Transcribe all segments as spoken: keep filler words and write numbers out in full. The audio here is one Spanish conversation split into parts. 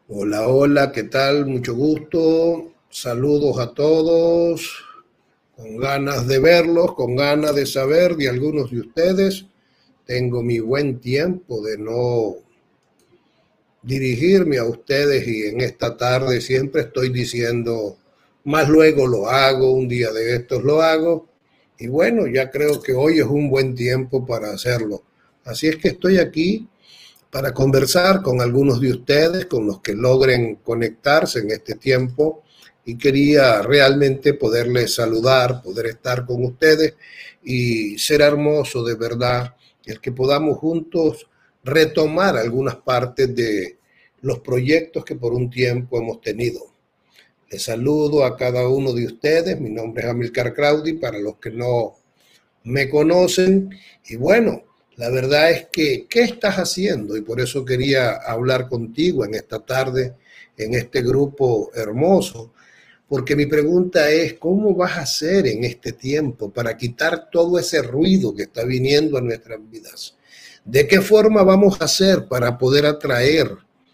Hola, hola, ¿qué tal? Mucho gusto. Saludos a todos. Con ganas de verlos, con ganas de saber de algunos de ustedes. Tengo mi buen tiempo de no dirigirme a ustedes y en esta tarde siempre estoy diciendo, más luego lo hago, un día de estos lo hago. Y bueno, ya creo que hoy es un buen tiempo para hacerlo. Así es que estoy aquí para conversar con algunos de ustedes, con los que logren conectarse en este tiempo, y quería realmente poderles saludar, poder estar con ustedes y ser hermoso de verdad el que podamos juntos retomar algunas partes de los proyectos que por un tiempo hemos tenido. Les saludo a cada uno de ustedes, mi nombre es Amilcar Crowdy, para los que no me conocen. Y bueno, la verdad es que, ¿qué estás haciendo? Y por eso quería hablar contigo en esta tarde, en este grupo hermoso, porque mi pregunta es, ¿cómo vas a hacer en este tiempo para quitar todo ese ruido que está viniendo a nuestras vidas? ¿De qué forma vamos a hacer para poder atraer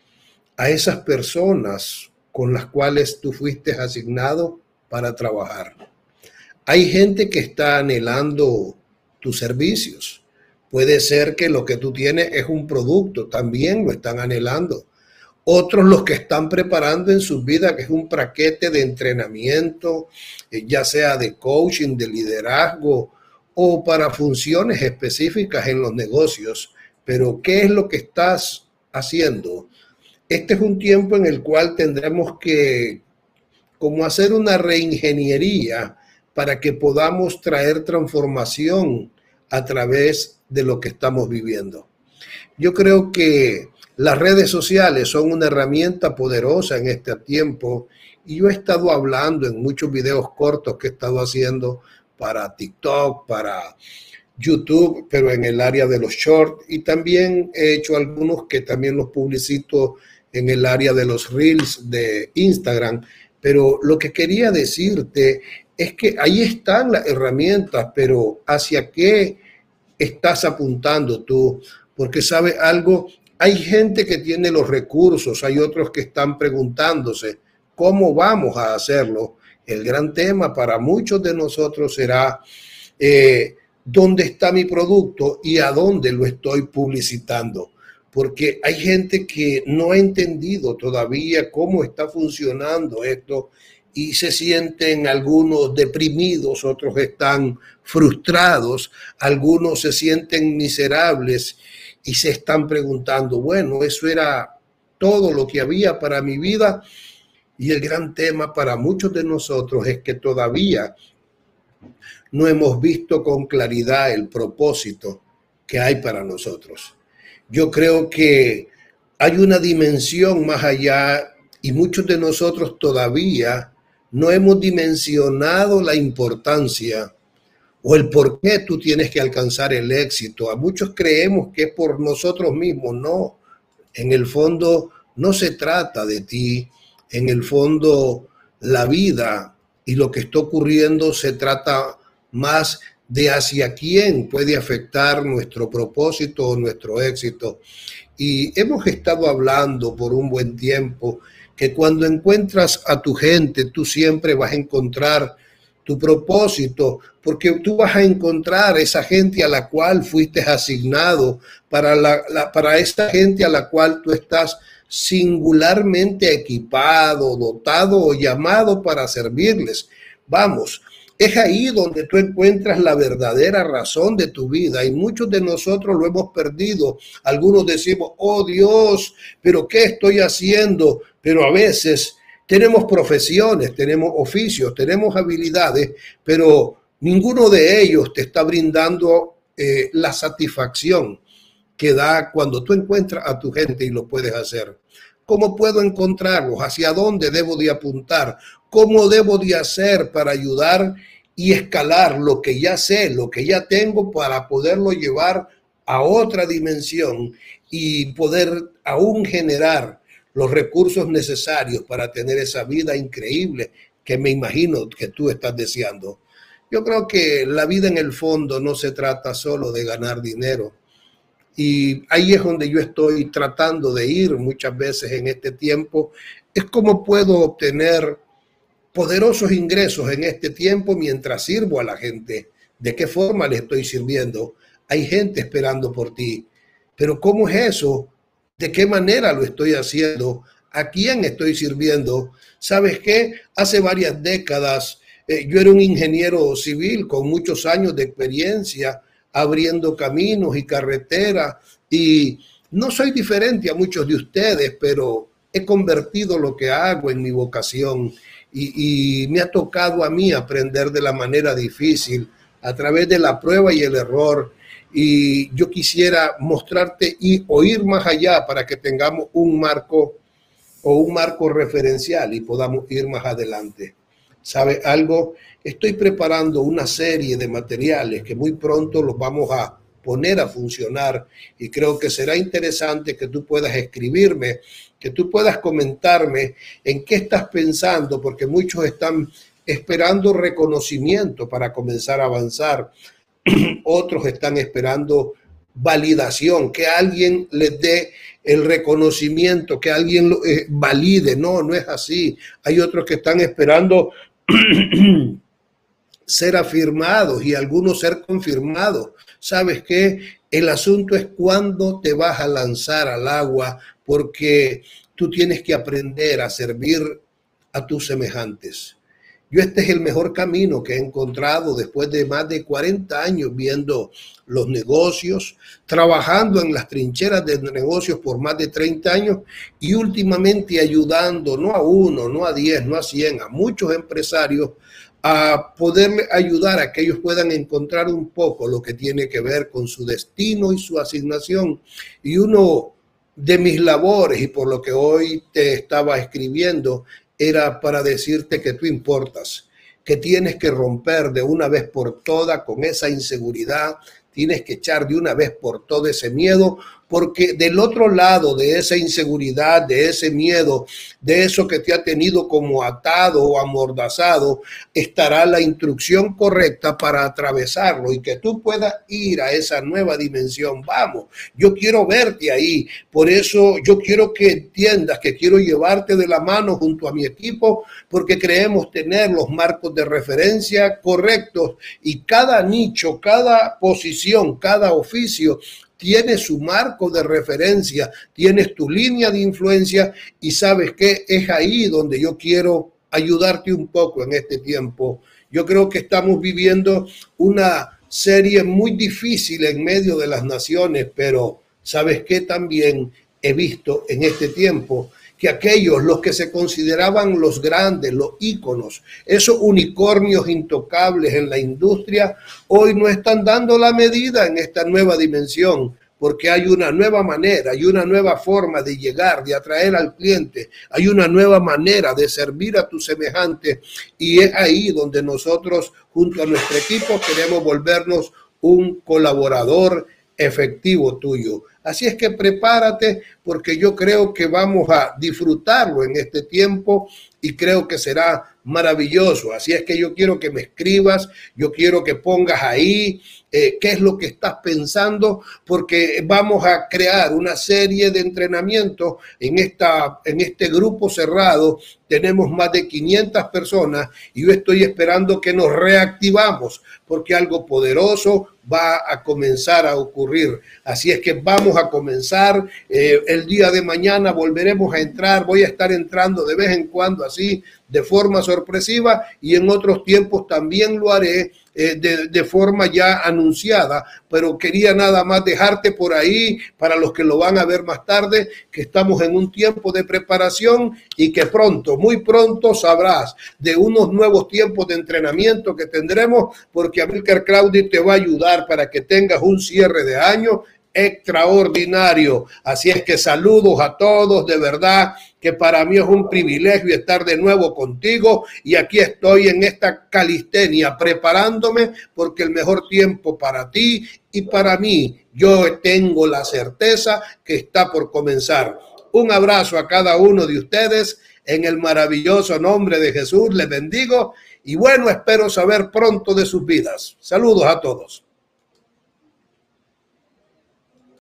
a esas personas con las cuales tú fuiste asignado para trabajar? Hay gente que está anhelando tus servicios. Puede ser que lo que tú tienes es un producto, también lo están anhelando. Otros los que están preparando en sus vidas, que es un paquete de entrenamiento, eh, ya sea de coaching, de liderazgo o para funciones específicas en los negocios. Pero ¿qué es lo que estás haciendo? Este es un tiempo en el cual tendremos que como hacer una reingeniería para que podamos traer transformación a través de lo que estamos viviendo. Yo creo que las redes sociales son una herramienta poderosa en este tiempo y yo he estado hablando en muchos videos cortos que he estado haciendo para TikTok, para YouTube, pero en el área de los shorts, y también he hecho algunos que también los publicito en el área de los reels de Instagram. Pero lo que quería decirte es que ahí están las herramientas, pero ¿hacia qué estás apuntando tú? Porque sabe algo, hay gente que tiene los recursos, hay otros que están preguntándose cómo vamos a hacerlo. El gran tema para muchos de nosotros será eh, dónde está mi producto y a dónde lo estoy publicitando. Porque hay gente que no ha entendido todavía cómo está funcionando esto y se sienten algunos deprimidos, otros están frustrados, algunos se sienten miserables y se están preguntando, bueno, eso era todo lo que había para mi vida. Y el gran tema para muchos de nosotros es que todavía no hemos visto con claridad el propósito que hay para nosotros. Yo creo que hay una dimensión más allá y muchos de nosotros todavía no hemos dimensionado la importancia o el por qué tú tienes que alcanzar el éxito. A muchos creemos que es por nosotros mismos. No, en el fondo no se trata de ti. En el fondo la vida y lo que está ocurriendo se trata más de hacia quién puede afectar nuestro propósito o nuestro éxito. Y hemos estado hablando por un buen tiempo que cuando encuentras a tu gente, tú siempre vas a encontrar tu propósito, porque tú vas a encontrar esa gente a la cual fuiste asignado, para, la, la, para esa gente a la cual tú estás singularmente equipado, dotado o llamado para servirles. Vamos, es ahí donde tú encuentras la verdadera razón de tu vida y muchos de nosotros lo hemos perdido. Algunos decimos, oh Dios, pero ¿qué estoy haciendo? Pero a veces tenemos profesiones, tenemos oficios, tenemos habilidades, pero ninguno de ellos te está brindando eh, la satisfacción que da cuando tú encuentras a tu gente y lo puedes hacer. ¿Cómo puedo encontrarlos? ¿Hacia dónde debo de apuntar? ¿Cómo debo de hacer para ayudar y escalar lo que ya sé, lo que ya tengo, para poderlo llevar a otra dimensión y poder aún generar los recursos necesarios para tener esa vida increíble que me imagino que tú estás deseando? Yo creo que la vida en el fondo no se trata solo de ganar dinero. y ahí es donde yo estoy tratando de ir muchas veces en este tiempo, es cómo puedo obtener poderosos ingresos en este tiempo mientras sirvo a la gente. ¿De qué forma le estoy sirviendo? Hay gente esperando por ti, pero ¿cómo es eso? ¿De qué manera lo estoy haciendo? ¿A quién estoy sirviendo? ¿Sabes qué? Hace varias décadas eh, yo era un ingeniero civil con muchos años de experiencia abriendo caminos y carreteras, y no soy diferente a muchos de ustedes, pero he convertido lo que hago en mi vocación, y, y me ha tocado a mí aprender de la manera difícil, a través de la prueba y el error. Y yo quisiera mostrarte y oír más allá para que tengamos un marco o un marco referencial y podamos ir más adelante. ¿Sabe algo? Estoy preparando una serie de materiales que muy pronto los vamos a poner a funcionar, y creo que será interesante que tú puedas escribirme, que tú puedas comentarme en qué estás pensando, porque muchos están esperando reconocimiento para comenzar a avanzar. Otros están esperando validación, que alguien les dé el reconocimiento, que alguien lo eh, valide. No, no es así. Hay otros que están esperando ser afirmados y algunos ser confirmados. ¿Sabes qué? El asunto es cuándo te vas a lanzar al agua, porque tú tienes que aprender a servir a tus semejantes. Yo este es el mejor camino que he encontrado después de más de cuarenta años viendo los negocios, trabajando en las trincheras de negocios por más de treinta años y últimamente ayudando no a uno, no a diez, no a cien, a muchos empresarios a poderle ayudar a que ellos puedan encontrar un poco lo que tiene que ver con su destino y su asignación. Y uno de mis labores, y por lo que hoy te estaba escribiendo, era para decirte que tú importas, que tienes que romper de una vez por todas con esa inseguridad, tienes que echar de una vez por todo ese miedo, porque del otro lado de esa inseguridad, de ese miedo, de eso que te ha tenido como atado o amordazado, estará la instrucción correcta para atravesarlo y que tú puedas ir a esa nueva dimensión. Vamos, yo quiero verte ahí, por eso yo quiero que entiendas que quiero llevarte de la mano junto a mi equipo, porque creemos tener los marcos de referencia correctos y cada nicho, cada posición, cada oficio tienes su marco de referencia, tienes tu línea de influencia, y sabes que es ahí donde yo quiero ayudarte un poco en este tiempo. Yo creo que estamos viviendo una serie muy difícil en medio de las naciones, pero sabes que también he visto en este tiempo que aquellos, los que se consideraban los grandes, los íconos, esos unicornios intocables en la industria, hoy no están dando la medida en esta nueva dimensión, porque hay una nueva manera, hay una nueva forma de llegar, de atraer al cliente, hay una nueva manera de servir a tus semejantes, y es ahí donde nosotros, junto a nuestro equipo, queremos volvernos un colaborador efectivo tuyo. Así es que prepárate, porque yo creo que vamos a disfrutarlo en este tiempo y creo que será maravilloso. Así es que yo quiero que me escribas, yo quiero que pongas ahí eh, qué es lo que estás pensando, porque vamos a crear una serie de entrenamientos en, esta, en este grupo cerrado. Tenemos más de quinientas personas y yo estoy esperando que nos reactivamos, porque algo poderoso va a comenzar a ocurrir. Así es que vamos a comenzar. Eh, el día de mañana volveremos a entrar. Voy a estar entrando de vez en cuando así, de forma sorpresiva, y en otros tiempos también lo haré eh, de, de forma ya anunciada, pero quería nada más dejarte por ahí para los que lo van a ver más tarde, que estamos en un tiempo de preparación y que pronto, muy pronto sabrás de unos nuevos tiempos de entrenamiento que tendremos, porque Amílcar Claudio te va a ayudar para que tengas un cierre de año extraordinario. Así es que saludos a todos, de verdad que para mí es un privilegio estar de nuevo contigo, y aquí estoy en esta calistenia preparándome, porque el mejor tiempo para ti y para mí, yo tengo la certeza que está por comenzar. Un abrazo a cada uno de ustedes en el maravilloso nombre de Jesús. Les bendigo y bueno, espero saber pronto de sus vidas. Saludos a todos.